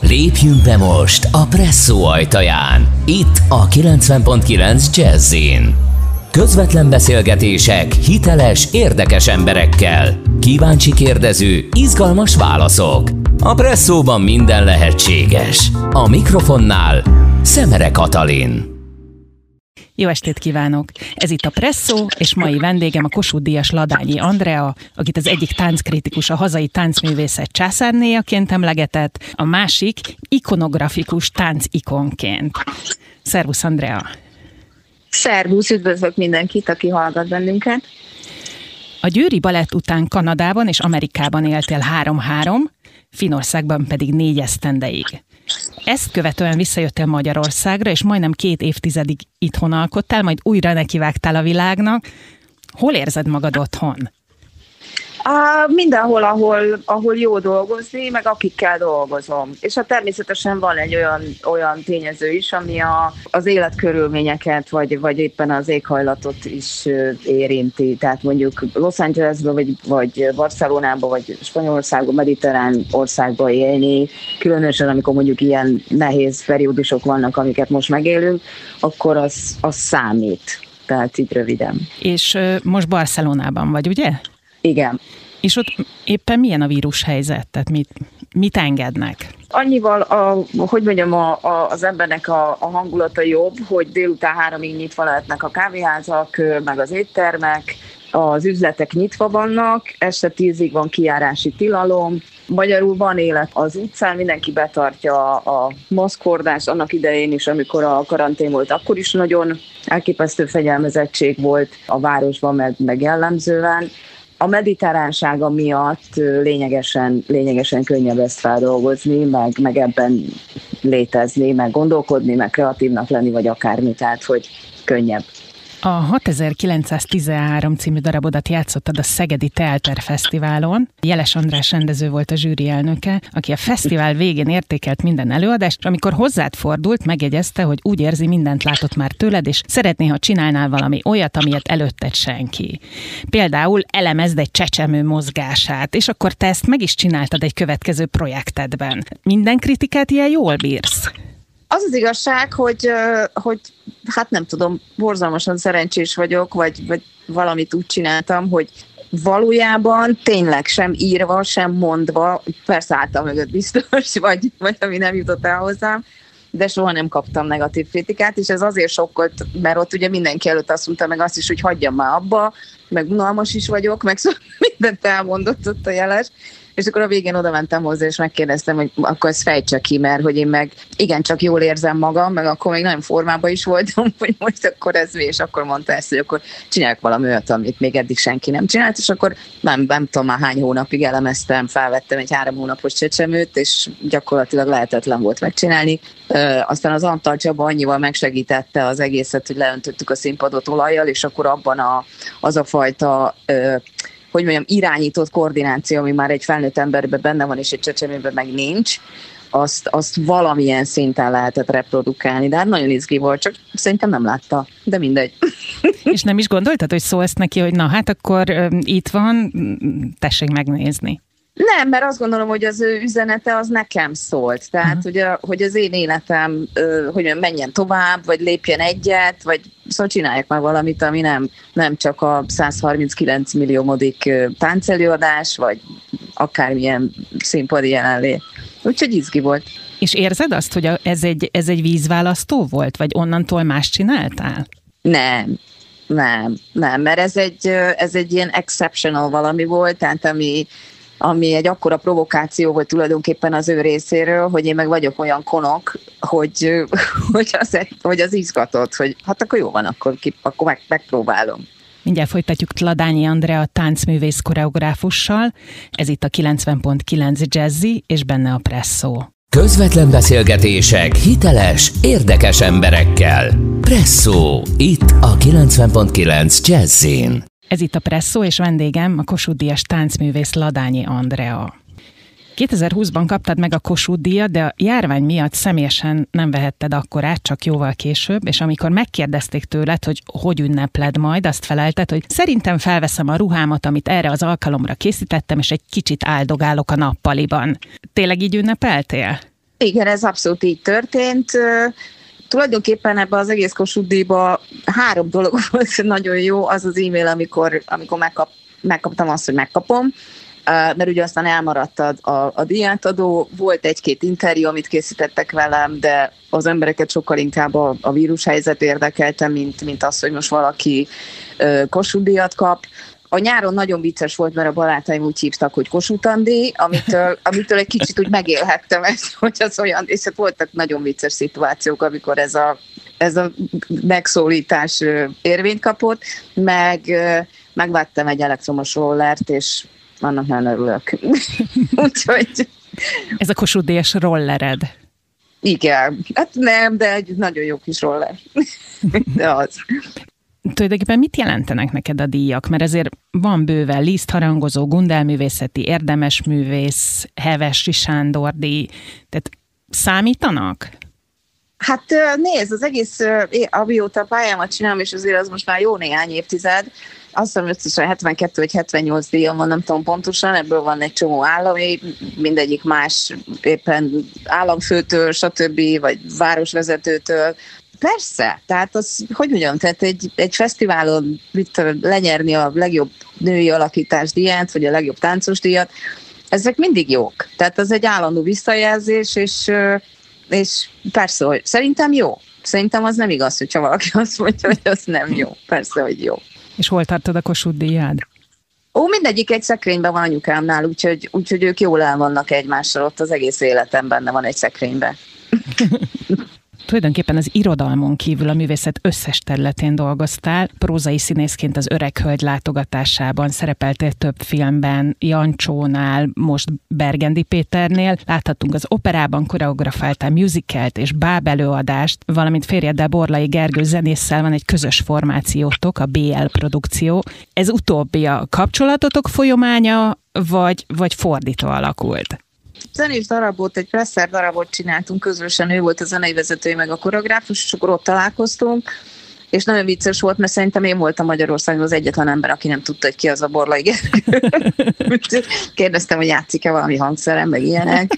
Lépjünk be most a Presszó ajtaján. Itt a 90.9 Jazzin. Közvetlen beszélgetések hiteles, érdekes emberekkel. Kíváncsi kérdező, izgalmas válaszok. A Presszóban minden lehetséges. A mikrofonnál Szemere Katalin. Jó estét kívánok! Ez itt a Presszó, és mai vendégem a Kossuth-díjas Ladányi Andrea, akit az egyik tánckritikus a hazai táncművészet császárnéjaként emlegetett, a másik ikonografikus táncikonként. Szervusz, Andrea! Szervusz, üdvözlök mindenkit, aki hallgat bennünket. A Győri Balett után Kanadában és Amerikában éltél 3-3, Finnországban pedig 4 esztendeig. Ezt követően visszajöttél Magyarországra, és majdnem 2 évtizedig itthon alkottál, majd újra nekivágtál a világnak. Hol érzed magad otthon? Mindenhol, ahol jó dolgozni, meg akikkel dolgozom. És természetesen van egy olyan tényező is, ami az életkörülményeket, vagy éppen az éghajlatot is érinti. Tehát mondjuk Los Angelesben, vagy Barcelonában, vagy Spanyolországban, mediterrán országban élni, különösen amikor mondjuk ilyen nehéz periódusok vannak, amiket most megélünk, akkor az számít. Tehát így röviden. És most Barcelonában vagy, ugye? Igen. És ott éppen milyen a vírushelyzet? Tehát mit engednek? Annyival, az embernek a hangulata jobb, hogy délután 3-ig nyitva lehetnek a kávéházak, meg az éttermek, az üzletek nyitva vannak, este 10-ig van kijárási tilalom, magyarul van élet az utcán, mindenki betartja a maszkhordást, annak idején is, amikor a karantén volt, akkor is nagyon elképesztő fegyelmezettség volt a városban, meg jellemzően. A mediterránsága miatt lényegesen könnyebb ezt feldolgozni, meg ebben létezni, meg gondolkodni, meg kreatívnak lenni, vagy akármi, tehát hogy könnyebb. A 6913 című darabodat játszottad a Szegedi Teáter Fesztiválon. Jeles András rendező volt a zsűri elnöke, aki a fesztivál végén értékelt minden előadást, és amikor hozzád fordult, megjegyezte, hogy úgy érzi, mindent látott már tőled, és szeretné, ha csinálnál valami olyat, amilyet előtted senki. Például elemezd egy csecsemő mozgását, és akkor te ezt meg is csináltad egy következő projektedben. Minden kritikát ilyen jól bírsz? Az az igazság, hogy hát nem tudom, borzalmasan szerencsés vagyok, vagy valamit úgy csináltam, hogy valójában tényleg sem írva, sem mondva, persze álltam mögött biztos, vagy ami nem jutott el hozzám, de soha nem kaptam negatív kritikát, és ez azért sokkolt, mert ott ugye mindenki előtt azt mondta meg azt is, hogy hagyjam már abba, meg unalmas is vagyok, meg szóval mindent elmondott ott a Jeles. És akkor a végén oda mentem hozzá, és megkérdeztem, hogy akkor ezt fejtse ki, mert hogy én meg igencsak jól érzem magam, meg akkor még nagyon formában is voltam, hogy most akkor ez mi, és akkor mondta ezt, hogy akkor csinálják valami olyat, amit még eddig senki nem csinált, és akkor nem tudom már hány hónapig elemeztem, felvettem egy 3 hónapos csecsemőt, és gyakorlatilag lehetetlen volt megcsinálni. Aztán az Antal Csaba annyival megsegítette az egészet, hogy leöntöttük a színpadot olajjal, és akkor abban az a fajta hogy mondjam, irányított koordináció, ami már egy felnőtt emberben benne van, és egy csecsemőben meg nincs, azt valamilyen szinten lehetett reprodukálni, de hát nagyon izgi volt, csak szerintem nem látta, de mindegy. És nem is gondoltad, hogy szólsz neki, hogy na hát akkor itt van, tessék megnézni? Nem, mert azt gondolom, hogy az ő üzenete az nekem szólt. Tehát, hogy az én életem hogy menjen tovább, vagy lépjen egyet, vagy szóval csinálják már valamit, ami nem csak a 139 milliómodik táncelőadás, vagy akármilyen színpadi jelenlét. Úgyhogy izgi volt. És érzed azt, hogy ez egy vízválasztó volt, vagy onnantól más csináltál? Nem, mert ez egy ilyen exceptional valami volt, tehát ami egy akkora provokáció volt tulajdonképpen az ő részéről, hogy én meg vagyok olyan konok, hogy az izgatott, hogy hát akkor jó van, akkor megpróbálom. Mindjárt folytatjuk Ladányi Andrea táncművész koreográfussal. Ez itt a 90.9 Jazzy, és benne a Presszó. Közvetlen beszélgetések hiteles, érdekes emberekkel. Presszó, itt a 90.9 Jazzin. Ez itt a Presszó, és vendégem a Kossuth-díjas táncművész Ladányi Andrea. 2020-ban kaptad meg a Kossuth-díjat, de a járvány miatt személyesen nem vehetted akkor át, csak jóval később, és amikor megkérdezték tőled, hogy ünnepled majd, azt felelted, hogy szerintem felveszem a ruhámat, amit erre az alkalomra készítettem, és egy kicsit áldogálok a nappaliban. Tényleg így ünnepeltél? Igen, ez abszolút így történt. Tulajdonképpen ebben az egész Kossuth Díjban 3 dolog volt nagyon jó. Az az e-mail, amikor megkaptam azt, hogy megkapom, mert ugye aztán elmaradt a díjátadó, volt 1-2 interjú, amit készítettek velem, de az embereket sokkal inkább a vírushelyzet érdekelte, mint az, hogy most valaki Kossuth Díjat kap. A nyáron nagyon vicces volt, mert a barátaim úgy hívtak, hogy Kossuth Andi, amitől egy kicsit úgy megélhettem ezt, hogy az olyan, és hát voltak nagyon vicces szituációk, amikor ez a megszólítás érvényt kapott, megvettem egy elektromos rollert, és annak nagyon örülök. Úgyhogy... Ez a Kossuth Díjas rollered. Igen, hát nem, de egy nagyon jó kis roller. De az. Tulajdonképpen mit jelentenek neked a díjak? Mert ezért van bőven lisztharangozó, Gundel-művészeti, érdemes művész, Hevesi Sándor díj. Tehát számítanak? Hát nézd, az egész, amióta pályámat csinálom, és azért az most már jó néhány évtized, azt hiszem, összesen 72 vagy 78 díjam van, nem tudom pontosan, ebből van egy csomó állami, mindegyik más, éppen államfőtől, stb., vagy városvezetőtől. Persze, tehát az, hogy mondjam, tehát egy fesztiválon lenyerni a legjobb női alakítás díját, vagy a legjobb táncos díjat, ezek mindig jók. Tehát az egy állandó visszajelzés, és persze, hogy szerintem jó. Szerintem az nem igaz, hogyha valaki azt mondja, hogy az nem jó. Persze, hogy jó. És hol tartod a Kossuth díjád? Mindegyik egy szekrényben van anyukámnál, úgyhogy ők jól el vannak egymással, ott az egész életem benne van egy szekrényben. Tulajdonképpen az irodalmon kívül a művészet összes területén dolgoztál. Prózai színészként az Öreg hölgy látogatásában szerepeltél több filmben, Jancsónál, most Bergendi Péternél. Láthattunk az operában, koreografáltál musicalt és báb előadást, valamint férjeddel, Borlai Gergő zenésszel van egy közös formációtok, a BL produkció. Ez utóbbi a kapcsolatotok folyamánya, vagy fordítva alakult? Zenés darabot, egy presser darabot csináltunk közösen, ő volt a zenei vezetője, meg a koreográfus, és akkor ott találkoztunk, és nagyon vicces volt, mert szerintem én voltam Magyarországon az egyetlen ember, aki nem tudta, hogy ki az a Borlai Gergő. Kérdeztem, hogy játszik-e valami hangszeren, meg ilyenek.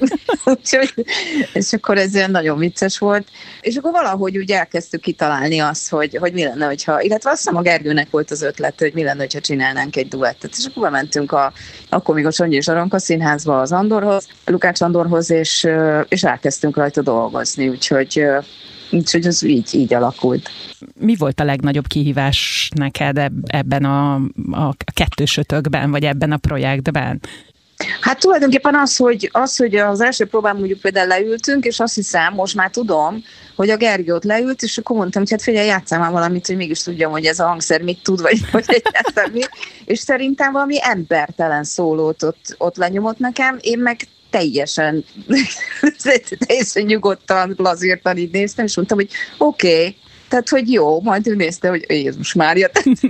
És akkor ez ilyen nagyon vicces volt. És akkor valahogy úgy elkezdtük kitalálni azt, hogy mi lenne, hogyha, illetve azt hiszem a Gergőnek volt az ötlet, hogy mi lenne, hogyha csinálnánk egy duettet. És akkor bementünk akkor még a Sonyi és Aronka Színházba az Andorhoz, Lukács Andorhoz, és elkezdtünk rajta dolgozni, úgyhogy ez így alakult. Mi volt a legnagyobb kihívás neked ebben a kettősötökben, vagy ebben a projektben? Hát tulajdonképpen az, hogy az első próbán mondjuk például leültünk, és azt hiszem, most már tudom, hogy a Gergő ott leült, és akkor mondtam, hogy hát figyelj, játsszál már valamit, hogy mégis tudjam, hogy ez a hangszer mit tud, vagy egyáltalán mi. És szerintem valami embertelen szólót ott lenyomott nekem, én meg teljesen nyugodtan, lazírtan így néztem, és mondtam, hogy oké, tehát, hogy jó, majd ő nézte, hogy Jézus Mária.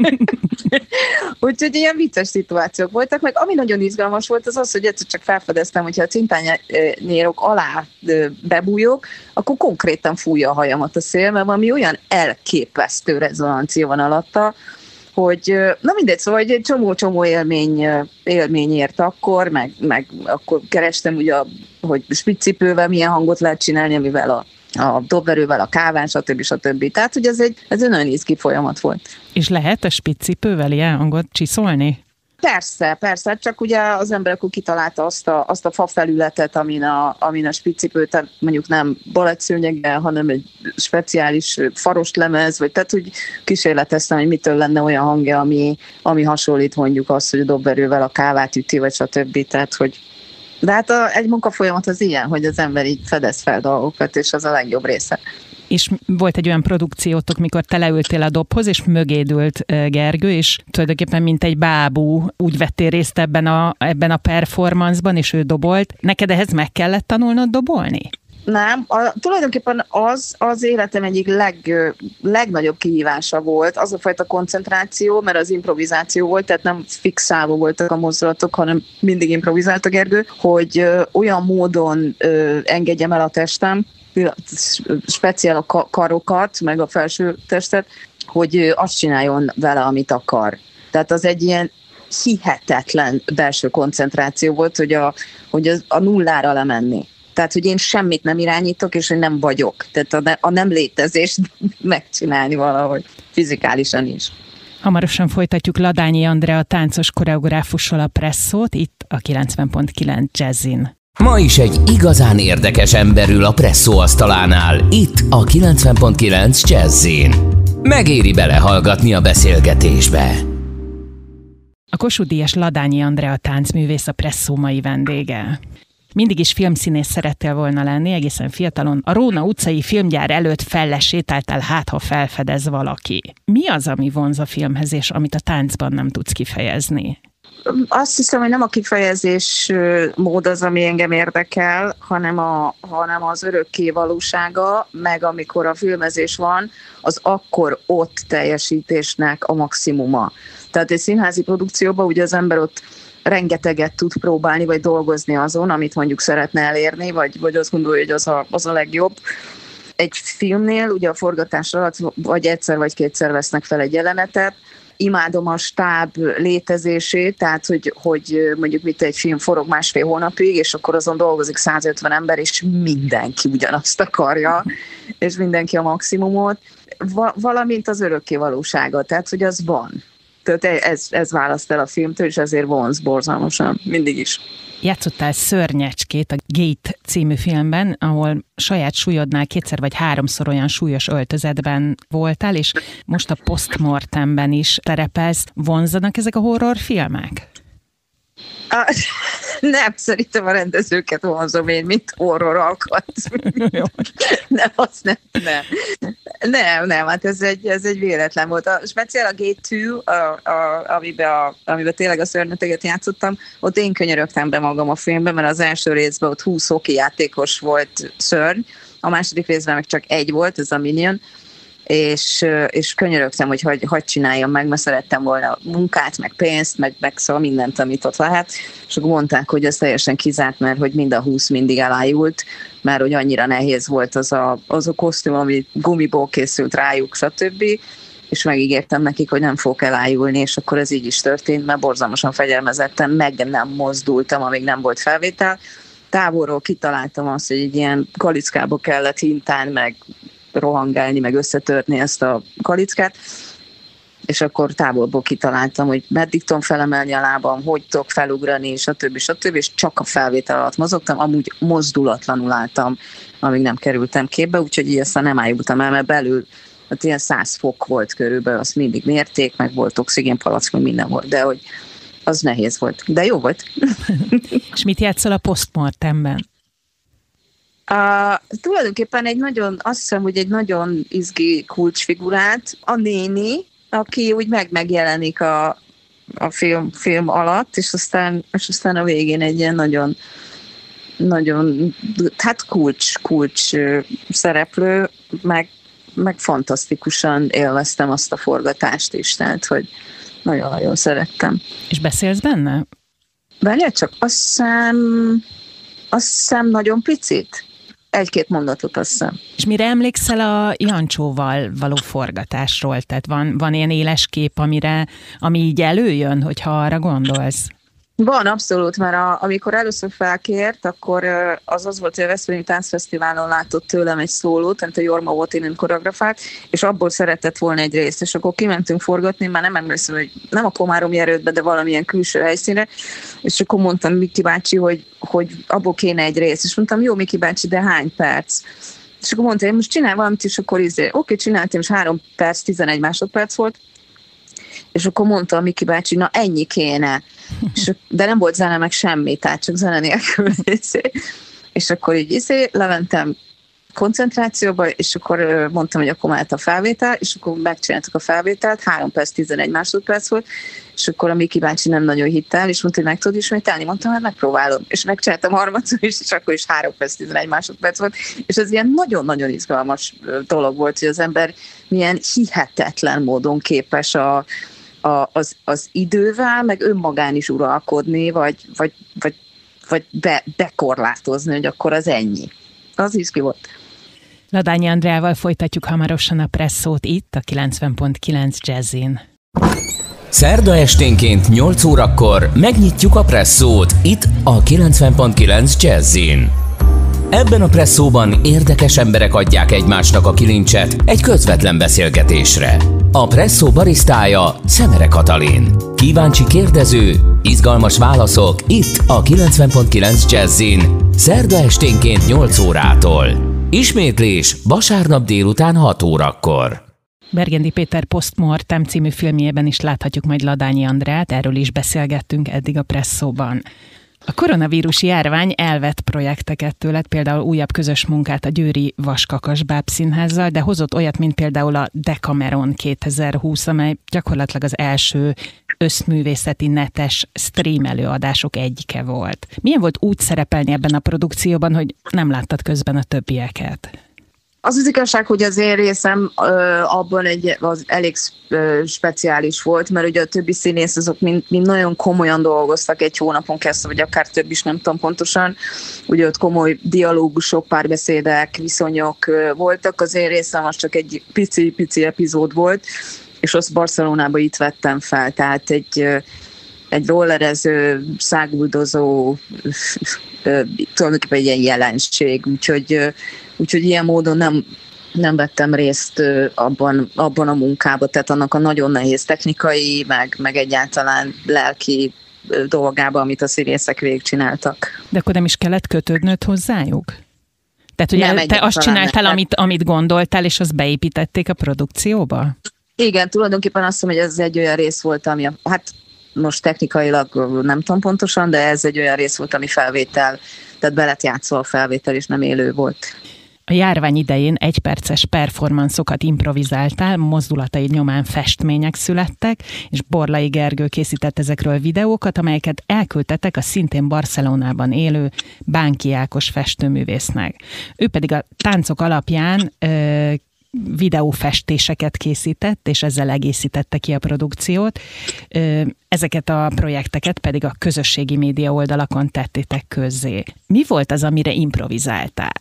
Úgyhogy ilyen vicces szituációk voltak, meg ami nagyon izgalmas volt, az, hogy egyszer csak felfedeztem, hogyha a cintányérok alá bebújok, akkor konkrétan fújja a hajamat a szél, mert valami olyan elképesztő rezonancia van alatta, hogy na mindegy, szóval egy csomó élmény ért akkor, meg akkor kerestem ugye, hogy spiccipővel milyen hangot lehet csinálni, amivel a dobverővel, a káván, stb. Tehát, hogy ez egy nagyon izgi folyamat volt. És lehet a spiccipővel ilyen hangot csiszolni? Persze, csak ugye az ember akkor kitalálta azt a fa felületet, amin a spiccipő, tehát mondjuk nem balettszőnyeggel, hanem egy speciális faros lemez, vagy tehát úgy kísérleteztem, hogy mitől lenne olyan hangja, ami hasonlít mondjuk azt, hogy a dobverővel a kávát üti, vagy stb. Tehát, hogy de hát egy munkafolyamat az ilyen, hogy az ember így fedez fel dolgokat, és az a legjobb része. És volt egy olyan produkciótok, mikor te leültél a dobhoz, és mögéd ült Gergő, és tulajdonképpen mint egy bábú úgy vettél részt ebben a performanceban, és ő dobolt. Neked ehhez meg kellett tanulnod dobolni? Nem, tulajdonképpen az életem egyik legnagyobb kihívása volt, az a fajta koncentráció, mert az improvizáció volt, tehát nem fixálva voltak a mozdulatok, hanem mindig improvizált a Gergő, hogy olyan módon engedjem el a testem, speciál a karokat, meg a felső testet, hogy azt csináljon vele, amit akar. Tehát az egy ilyen hihetetlen belső koncentráció volt, hogy a nullára lemenni. Tehát, hogy én semmit nem irányítok, és hogy nem vagyok. Tehát a nem létezést megcsinálni valahogy, fizikálisan is. Hamarosan folytatjuk Ladányi Andrea táncos koreográfussal a Presszót, itt a 90.9 Jazzin. Ma is egy igazán érdekes ember ül a Presszó asztalánál, itt a 90.9 Jazzin. Megéri belehallgatni a beszélgetésbe. A Kossuth-díjas Ladányi Andrea táncművész a Presszó mai vendége. Mindig is filmszínész szerettél volna lenni, egészen fiatalon. A Róna utcai filmgyár előtt fellesétáltál, hát ha felfedez valaki. Mi az, ami vonz a filmhez, és amit a táncban nem tudsz kifejezni? Azt hiszem, hogy nem a kifejezés mód az, ami engem érdekel, hanem az örökké valósága, meg amikor a filmezés van, az akkor ott teljesítésnek a maximuma. Tehát egy színházi produkcióban ugye az ember ott rengeteget tud próbálni, vagy dolgozni azon, amit mondjuk szeretne elérni, vagy azt gondolja, hogy az a legjobb. Egy filmnél ugye a forgatás alatt vagy egyszer, vagy kétszer vesznek fel egy jelenetet. Imádom a stáb létezését, tehát hogy mondjuk egy film forog 1,5 hónapig, és akkor azon dolgozik 150 ember, és mindenki ugyanazt akarja, és mindenki a maximumot. Valamint az örökké valósága, tehát hogy az van. Tehát ez választ el a filmtől, és ezért vonz borzalmasan, mindig is. Játszottál Szörnyecskét a Gate című filmben, ahol saját súlyodnál 2 vagy 3 olyan súlyos öltözetben voltál, és most a Postmortemben is terepelsz. Vonzanak ezek a horrorfilmek? Nem, szerintem a rendezőket vonzom én, mint horror alkat. Nem, azt nem. Nem, hát ez egy véletlen volt. Speciál a Gate 2, amiben tényleg a szörnyeteget játszottam, ott én könyörögtem be magam a filmben, mert az első részben ott 20 hoki játékos volt szörny, a második részben meg csak 1 volt, ez a Minion, és könyörögtem, hogy hadd csináljam meg, mert szerettem volna munkát, meg pénzt, meg szóval mindent, amit ott lehet. És akkor mondták, hogy ez teljesen kizárt, mert hogy mind a 20 mindig elájult, mert hogy annyira nehéz volt az a kosztüm, ami gumiból készült rájuk, stb. És megígértem nekik, hogy nem fogok elájulni, és akkor ez így is történt, mert borzalmasan fegyelmezettem, meg nem mozdultam, amíg nem volt felvétel. Távolról kitaláltam azt, hogy egy ilyen kalickába kellett hintán, meg rohangálni, meg összetörni ezt a kalickát, és akkor távolból kitaláltam, hogy meddig tudom felemelni a lábam, hogy tudok felugrani, stb. És csak a felvétel alatt mozogtam, amúgy mozdulatlanul álltam, amíg nem kerültem képbe, úgyhogy így aztán nem ájultam el, mert belül hát ilyen 100 fok volt körülbelül, azt mindig mérték, meg volt oxigénpalack, meg minden volt, de hogy az nehéz volt, de jó volt. És mit játszol a Postmortemben? Tulajdonképpen azt hiszem, hogy egy nagyon izgi kulcsfigurát, a néni, aki úgy megjelenik a film alatt, és aztán a végén egy ilyen nagyon hát kulcs szereplő, meg fantasztikusan élveztem azt a forgatást is, tehát hogy nagyon-nagyon szerettem. És beszélsz benne? Benne csak azt hiszem nagyon picit. 1-2 mondatot, azt hiszem. És mire emlékszel a Jancsóval való forgatásról? Tehát van ilyen éles kép, ami így előjön, hogyha arra gondolsz? Van, abszolút, mert amikor először felkért, akkor az volt, hogy a Veszprémi Táncfesztiválon látott tőlem egy szólót, amit a Jorma Votinen koreografált, és abból szeretett volna egy részt, és akkor kimentünk forgatni, már nem emlékszem, hogy nem a Komáromi Erődbe, de valamilyen külső helyszínre, és akkor mondtam Miki bácsi, hogy abból kéne egy rész, és mondtam, jó Miki bácsi, de hány perc? És akkor mondta, hogy most csinálj valamit, és akkor oké, csináltam, és 3 perc, 11 másodperc volt, és akkor mondta a Miki bácsi, na ennyi kéne. De nem volt zene meg semmi, tehát csak zene nélkül. És akkor így lementem koncentrációba, és akkor mondtam, hogy akkor már a felvétel, és akkor megcsináltuk a felvételt, 3 perc, 11 másodperc volt, és akkor a Miki bácsi nem nagyon hitt el, és mondta, hogy meg tudod ismételni, mondtam, hát megpróbálom. És megcsináltam harmadszor is, és akkor is 3 perc, 11 másodperc volt, és ez ilyen nagyon-nagyon izgalmas dolog volt, hogy az ember milyen hihetetlen módon képes az idővel, meg önmagán is uralkodni, vagy bekorlátozni, hogy akkor az ennyi. Az izgi volt. Ladányi Andreával folytatjuk hamarosan a Presszót itt, a 90.9 Jazzin. Szerda esténként 8 órakor megnyitjuk a Presszót itt a 90.9 Jazzin. Ebben a presszóban érdekes emberek adják egymásnak a kilincset egy közvetlen beszélgetésre. A presszó barisztája Szemere Katalin. Kíváncsi kérdező, izgalmas válaszok itt a 90.9 Jazzin. Szerda esténként 8 órától. Ismétlés vasárnap délután 6 órakor. Bergendi Péter Postmortem című filmjében is láthatjuk majd Ladányi Andrát, erről is beszélgettünk eddig a presszóban. A koronavírus járvány elvett projekteket tőled, például újabb közös munkát a győri Vaskakas Bábszínházzal, de hozott olyat, mint például a Decameron 2020, amely gyakorlatilag az első összművészeti netes stream előadások egyike volt. Milyen volt úgy szerepelni ebben a produkcióban, hogy nem láttad közben a többieket? Az igazság, hogy az én részem abban az elég speciális volt, mert ugye a többi színész azok mind nagyon komolyan dolgoztak egy hónapon keresztül, vagy akár több is, nem tudom pontosan. Ugye ott komoly dialógusok, párbeszédek, viszonyok voltak. Az én részem az csak egy pici epizód volt, és azt Barcelonában itt vettem fel, tehát egy rollerező, száguldozó, tulajdonképpen egy ilyen jelenség, úgyhogy ilyen módon nem vettem részt abban a munkában, tehát annak a nagyon nehéz technikai, meg egyáltalán lelki dolgában, amit a színészek végigcsináltak. De akkor nem is kellett kötődnöd hozzájuk? Tehát, hogy te azt csináltál, amit gondoltál, és azt beépítették a produkcióba? Igen, tulajdonképpen azt mondom, hogy ez egy olyan rész volt, ami most technikailag nem tudom pontosan, de ez egy olyan rész volt, ami felvétel, tehát be lett játszva a felvétel, és nem élő volt. A járvány idején egyperces performanszokat improvizáltál, mozdulataid nyomán festmények születtek, és Borlai Gergő készített ezekről videókat, amelyeket elküldtetek a szintén Barcelonában élő Bánki Ákos festőművésznek. Ő pedig a táncok alapján videófestéseket készített, és ezzel egészítette ki a produkciót. Ezeket a projekteket pedig a közösségi média oldalakon tettétek közzé. Mi volt az, amire improvizáltál?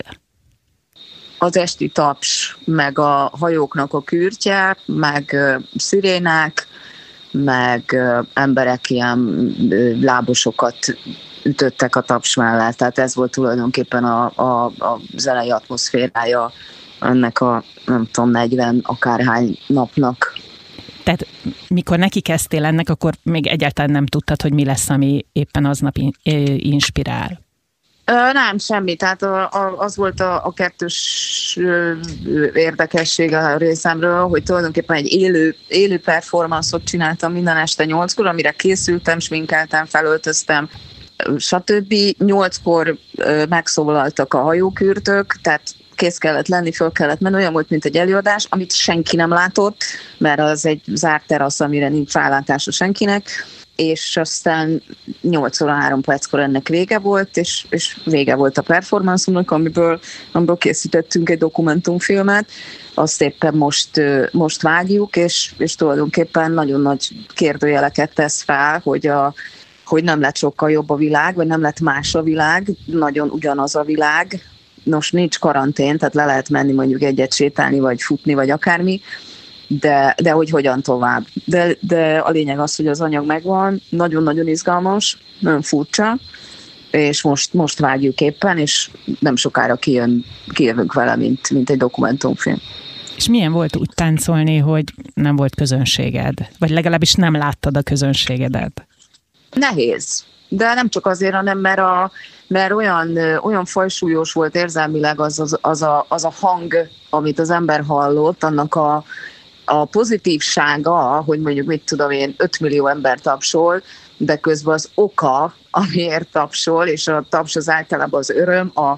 Az esti taps, meg a hajóknak a kürtje, meg szirénák, meg emberek ilyen lábosokat ütöttek a taps mellett. Tehát ez volt tulajdonképpen a zenei atmoszférája ennek a, nem tudom, 40 akárhány napnak. Tehát mikor neki kezdtél ennek, akkor még egyáltalán nem tudtad, hogy mi lesz, ami éppen aznap inspirál? Nem, semmi. Tehát az volt a kettős érdekessége a részemről, hogy tulajdonképpen egy élő performance-ot csináltam minden este 8-kor, amire készültem, sminkeltem, felöltöztem, stb. 8-kor megszólaltak a hajókürtök, tehát kész kellett lenni, föl kellett menni, olyan volt, mint egy előadás, amit senki nem látott, mert az egy zárt terasz, amire nincs rálátása senkinek, és aztán 8 óra 3 perckor ennek vége volt, és vége volt a performance-unknak, amiből készítettünk egy dokumentumfilmet, azt éppen most vágjuk, és tulajdonképpen nagyon nagy kérdőjeleket tesz fel, hogy nem lett sokkal jobb a világ, vagy nem lett más a világ, nagyon ugyanaz a világ. Nos, nincs karantén, tehát le lehet menni mondjuk egyet sétálni, vagy futni, vagy akármi, de hogy hogyan tovább. De a lényeg az, hogy az anyag megvan, nagyon-nagyon izgalmas, nagyon furcsa, és most vágjuk éppen, és nem sokára kijövünk vele, mint egy dokumentumfilm. És milyen volt úgy táncolni, hogy nem volt közönséged? Vagy legalábbis nem láttad a közönségedet? Nehéz. De nem csak azért, hanem mert olyan fajsúlyos volt érzelmileg az a hang, amit az ember hallott, annak a pozitívsága, hogy mondjuk, mit tudom én, 5 millió ember tapsol, de közben az oka, amiért tapsol, és a taps az általában az öröm, a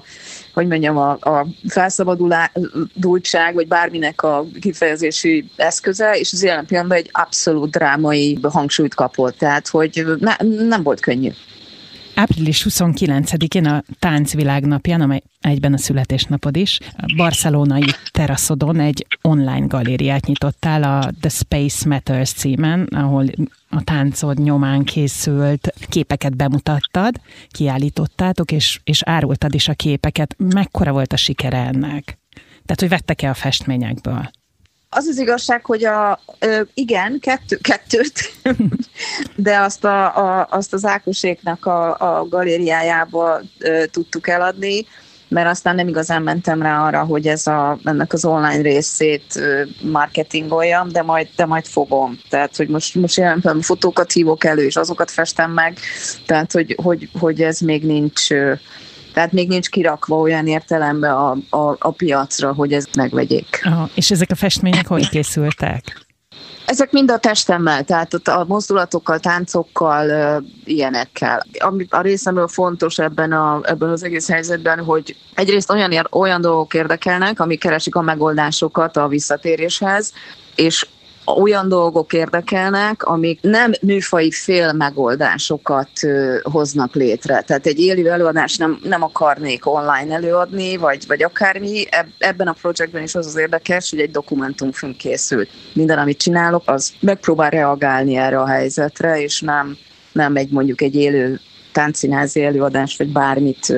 felszabadultság, vagy bárminek a kifejezési eszköze, és az jelen pillanatban egy abszolút drámai hangsúlyt kapott, tehát hogy nem volt könnyű. Április 29-én a Táncvilágnapján, amely egyben a születésnapod is, a barcelonai teraszodon egy online galériát nyitottál a The Space Matters címen, ahol a táncod nyomán készült képeket bemutattad, kiállítottátok, és árultad is a képeket. Mekkora volt a sikere ennek? Tehát, hogy vettek-e a festményekből? Az az igazság, hogy igen, kettőt, de azt az Ákoséknak a galériájába tudtuk eladni, mert aztán nem igazán mentem rá arra, hogy ennek az online részét marketingoljam, de majd fogom. Tehát, hogy most jelen fotókat hívok elő, és azokat festem meg, tehát, hogy ez még nincs... Tehát még nincs kirakva olyan értelemben a piacra, hogy ezt megvegyék. Aha, és ezek a festmények hogy készültek? Ezek mind a testemmel, tehát a mozdulatokkal, táncokkal, ilyenekkel. Ami a részemről fontos ebben az egész helyzetben, hogy egyrészt olyan dolgok érdekelnek, amik keresik a megoldásokat a visszatéréshez, és olyan dolgok érdekelnek, amik nem műfaji fél megoldásokat hoznak létre. Tehát egy élő előadást nem akarnék online előadni, vagy akármi. Ebben a projektben is az érdekes, hogy egy dokumentumfilm készült. Minden, amit csinálok, az megpróbál reagálni erre a helyzetre, és nem mondjuk egy élő táncszínházi előadást, vagy bármit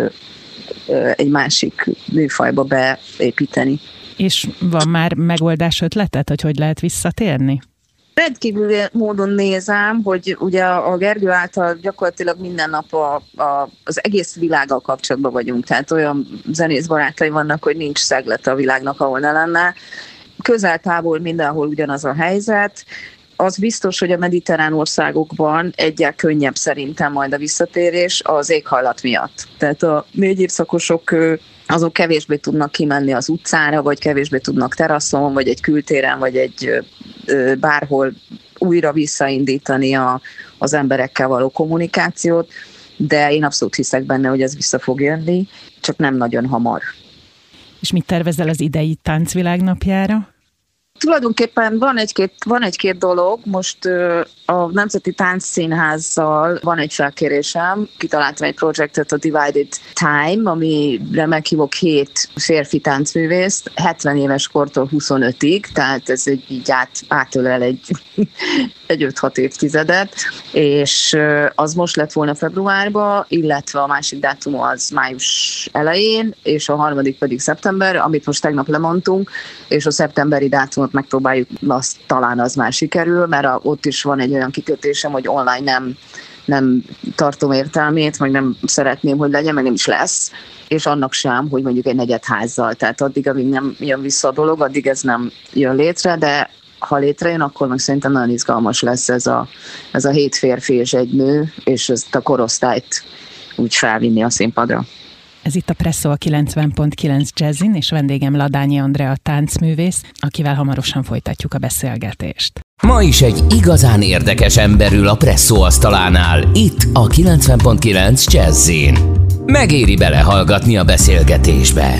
egy másik műfajba beépíteni. És van már megoldás ötleted, hogy lehet visszatérni? Rendkívüli módon nézem, hogy ugye a Gergő által gyakorlatilag minden nap az egész világgal kapcsolatban vagyunk, tehát olyan zenész barátai vannak, hogy nincs szeglete a világnak, ahol ne lenne. Közel-távol mindenhol ugyanaz a helyzet. Az biztos, hogy a mediterrán országokban egyel könnyebb szerintem majd a visszatérés az éghajlat miatt. Tehát a 4 évszakosok azok kevésbé tudnak kimenni az utcára, vagy kevésbé tudnak teraszon, vagy egy kültéren, vagy egy bárhol újra visszaindítani az emberekkel való kommunikációt, de én abszolút hiszek benne, hogy ez vissza fog jönni, csak nem nagyon hamar. És mit tervezel az idei táncvilágnapjára? Tulajdonképpen van egy-két dolog. Most a Nemzeti Táncszínházzal van egy felkérésem, kitaláltam egy projektet, a Divided Time, amire meghívok 7 férfi táncművészt, 70 éves kortól 25-ig, tehát ez így átölel egy 5-6 évtizedet, és az most lett volna februárban, illetve a másik dátum az május elején, és a harmadik pedig szeptember, amit most tegnap lemondtunk, és a szeptemberi dátumot megpróbáljuk, talán az már sikerül, mert ott is van egy olyan kikötésem, hogy online nem tartom értelmét, vagy nem szeretném, hogy legyen, meg nem is lesz, és annak sem, hogy mondjuk egy negyedházzal, tehát addig, amíg nem jön vissza a dolog, addig ez nem jön létre, de ha létrejön, akkor meg szerintem nagyon izgalmas lesz ez a 7 férfi és egy nő, és ezt a korosztályt úgy felvinni a színpadra. Ez itt a Presszó a 90.9 Jazzin, és vendégem Ladányi Andrea táncművész, akivel hamarosan folytatjuk a beszélgetést. Ma is egy igazán érdekes ember ül a Presszó asztalánál, itt a 90.9 Jazzin. Megéri belehallgatni a beszélgetésbe.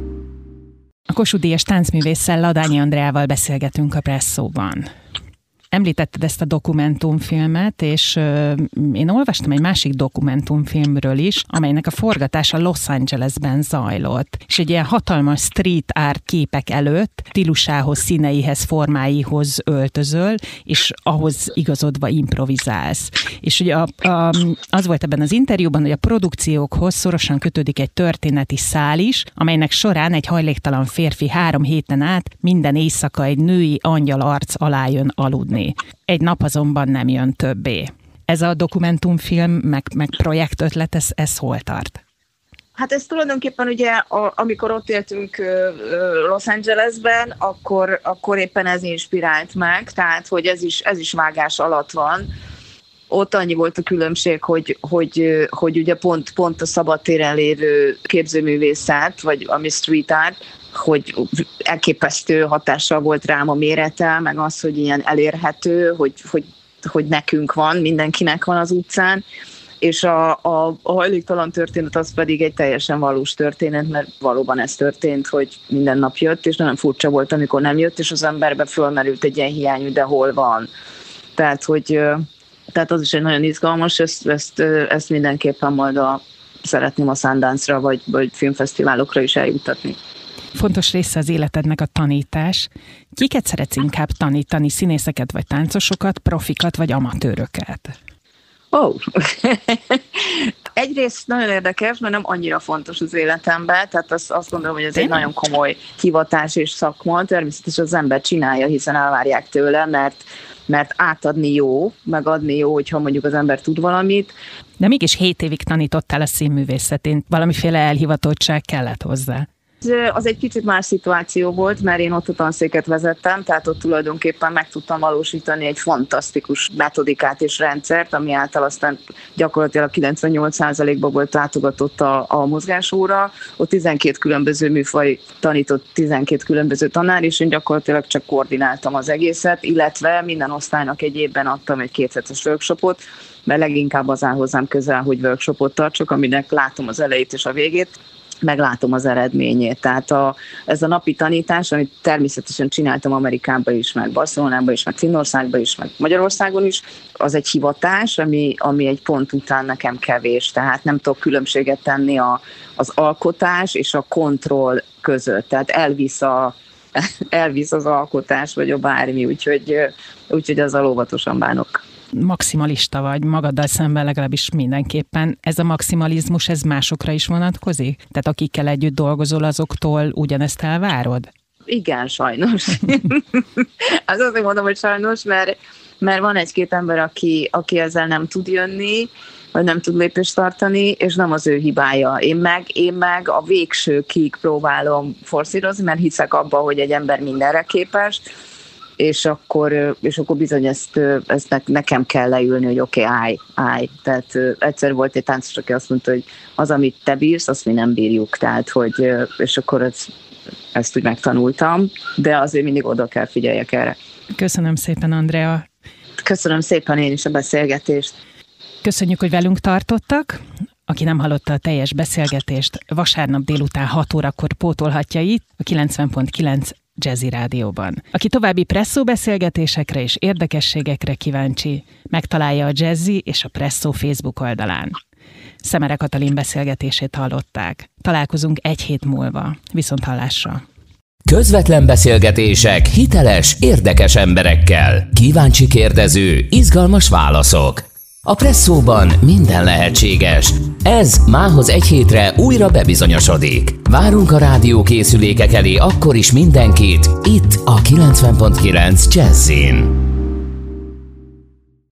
A Kossuth Díjas táncművésszel, Ladányi Andreával beszélgetünk a Presszóban. Említetted ezt a dokumentumfilmet, és én olvastam egy másik dokumentumfilmről is, amelynek a forgatása Los Angelesben zajlott. És egy ilyen hatalmas street art képek előtt stílusához, színeihez, formáihoz öltözöl, és ahhoz igazodva improvizálsz. És ugye az volt ebben az interjúban, hogy a produkciókhoz szorosan kötődik egy történeti szál is, amelynek során egy hajléktalan férfi 3 héten át minden éjszaka egy női angyal arc alá jön aludni. Egy nap azonban nem jön többé. Ez a dokumentumfilm, meg projektötlet, ez hol tart? Hát ez tulajdonképpen ugye, amikor ott éltünk Los Angelesben, akkor éppen ez inspirált meg, tehát hogy ez is vágás alatt van. Ott annyi volt a különbség, hogy ugye pont a szabadtéren lévő képzőművészet, vagy ami street art, hogy elképesztő hatással volt rám a mérete, meg az, hogy ilyen elérhető, hogy nekünk van, mindenkinek van az utcán, és a hajléktalan történet az pedig egy teljesen valós történet, mert valóban ez történt, hogy minden nap jött, és nagyon furcsa volt, amikor nem jött, és az emberbe fölmerült egy ilyen hiány, de hol van. Tehát az is egy nagyon izgalmas, ezt mindenképpen majd szeretném a Sundance-ra, vagy filmfesztiválokra is eljuttatni. Fontos része az életednek a tanítás. Kiket szeretsz inkább tanítani, színészeket vagy táncosokat, profikat vagy amatőröket? Egyrészt nagyon érdekes, mert nem annyira fontos az életemben, tehát azt gondolom, hogy ez egy nagyon komoly hivatás és szakma. Természetesen az ember csinálja, hiszen elvárják tőle, mert átadni jó, megadni jó, hogyha mondjuk az ember tud valamit. De mégis 7 évig tanítottál a színművészetén, valamiféle elhivatottság kellett hozzá. Az egy kicsit más szituáció volt, mert én ott a tanszéket vezettem, tehát ott tulajdonképpen meg tudtam valósítani egy fantasztikus metodikát és rendszert, ami által aztán gyakorlatilag 98%-ban volt látogatott a mozgásóra. Ott 12 különböző műfaj tanított, 12 különböző tanár, és én gyakorlatilag csak koordináltam az egészet, illetve minden osztálynak egy évben adtam egy 2 hetes workshopot, mert leginkább az áll hozzám közel, hogy workshopot tartsak, aminek látom az elejét és a végét, meglátom az eredményét. Tehát ez a napi tanítás, amit természetesen csináltam Amerikában is, meg Barcelonában is, meg Finnországban is, meg Magyarországon is, az egy hivatás, ami egy pont után nekem kevés. Tehát nem tudok különbséget tenni az alkotás és a kontroll között. Tehát elvisz az alkotás, vagy a bármi, úgyhogy azzal óvatosan bánok. Maximalista vagy magaddal szemben legalábbis mindenképpen. Ez a maximalizmus, ez másokra is vonatkozik? Tehát akikkel együtt dolgozol, azoktól ugyanezt elvárod? Igen, sajnos. Azért mondom, hogy sajnos, mert van egy-két ember, aki ezzel nem tud jönni, vagy nem tud lépést tartani, és nem az ő hibája. Én meg a végsőkig próbálom forszírozni, mert hiszek abba, hogy egy ember mindenre képes, és akkor bizony ezt nekem kell leülni, hogy oké, állj. Tehát egyszer volt egy táncos, aki azt mondta, hogy az, amit te bírsz, azt mi nem bírjuk. Tehát, hogy, és akkor ezt úgy megtanultam, de azért mindig oda kell figyeljek erre. Köszönöm szépen, Andrea. Köszönöm szépen én is a beszélgetést. Köszönjük, hogy velünk tartottak. Aki nem hallotta a teljes beszélgetést, vasárnap délután 6 órakor pótolhatja itt a 90.9 Jazzy Rádióban. Aki további Presszó beszélgetésekre és érdekességekre kíváncsi, megtalálja a Jazzy és a Presszó Facebook oldalán. Szemere Katalin beszélgetését hallották. Találkozunk egy hét múlva. Viszonthallásra! Közvetlen beszélgetések hiteles, érdekes emberekkel. Kíváncsi kérdező, izgalmas válaszok. A Presszóban minden lehetséges. Ez mához egy hétre újra bebizonyosodik. Várunk a rádiókészülékek elé akkor is mindenkit, itt a 90.9 Jazzin.